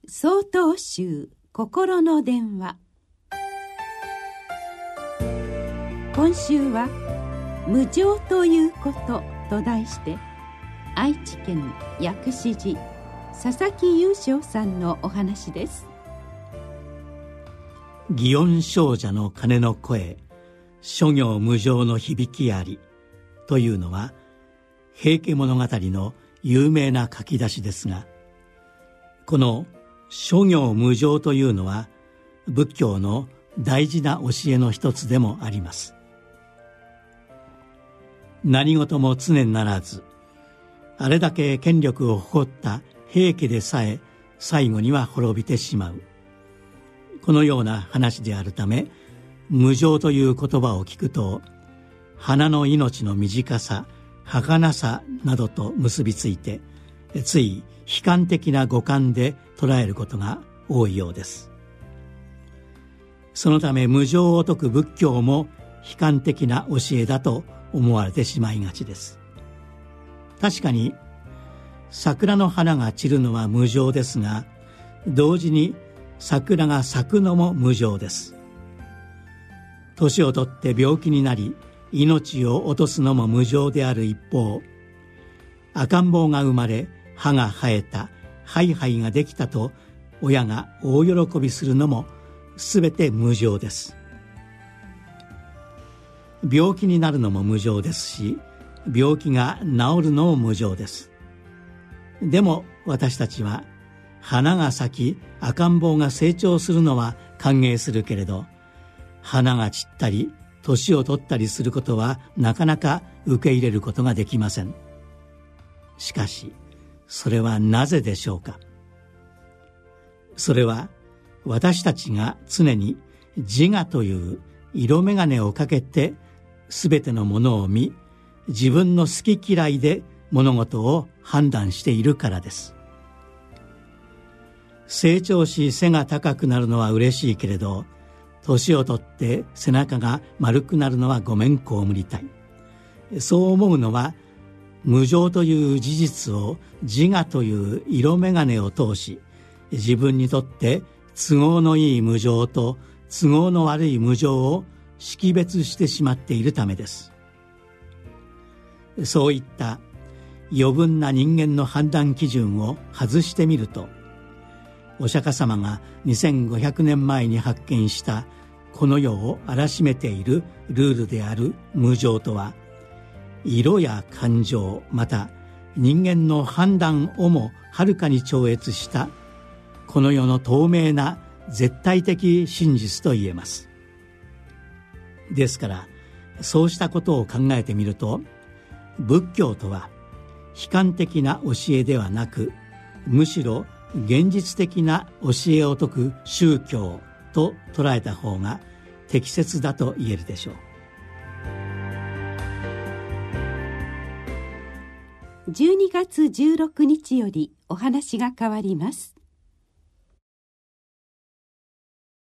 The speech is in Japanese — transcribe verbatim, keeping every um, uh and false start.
曹洞宗心の電話。今週は無常ということと題して、愛知県薬師寺佐々木雄章さんのお話です。 祇園精舎の鐘の声、諸行無常の響きありというのは平家物語の有名な書き出しですが、この諸行無常というのは仏教の大事な教えの一つでもあります。何事も常ならず、あれだけ権力を誇った平家でさえ最後には滅びてしまう、このような話であるため、無常という言葉を聞くと花の命の短さ、儚さなどと結びついて、つい悲観的な五感で捉えることが多いようです。そのため無常を説く仏教も悲観的な教えだと思われてしまいがちです。確かに桜の花が散るのは無常ですが、同時に桜が咲くのも無常です。年を取って病気になり命を落とすのも無常である一方、赤ん坊が生まれ歯が生えた、ハイハイができたと親が大喜びするのもすべて無常です。病気になるのも無常ですし、病気が治るのも無常です。でも私たちは花が咲き赤ん坊が成長するのは歓迎するけれど、花が散ったり年を取ったりすることはなかなか受け入れることができません。しかしそれはなぜでしょうか。それは私たちが常に自我という色眼鏡をかけてすべてのものを見、自分の好き嫌いで物事を判断しているからです。成長し背が高くなるのは嬉しいけれど、年を取って背中が丸くなるのはごめんこうむりたい。そう思うのは無常という事実を自我という色眼鏡を通し、自分にとって都合のいい無常と都合の悪い無常を識別してしまっているためです。そういった余分な人間の判断基準を外してみると、お釈迦様がにせんごひゃくねんまえに発見したこの世を荒らしめているルールである無常とは、色や感情、また人間の判断をもはるかに超越したこの世の透明な絶対的真実と言えます。ですからそうしたことを考えてみると、仏教とは悲観的な教えではなく、むしろ現実的な教えを説く宗教と捉えた方が適切だと言えるでしょう。 じゅうにがつじゅうろくにちよりお話が変わります。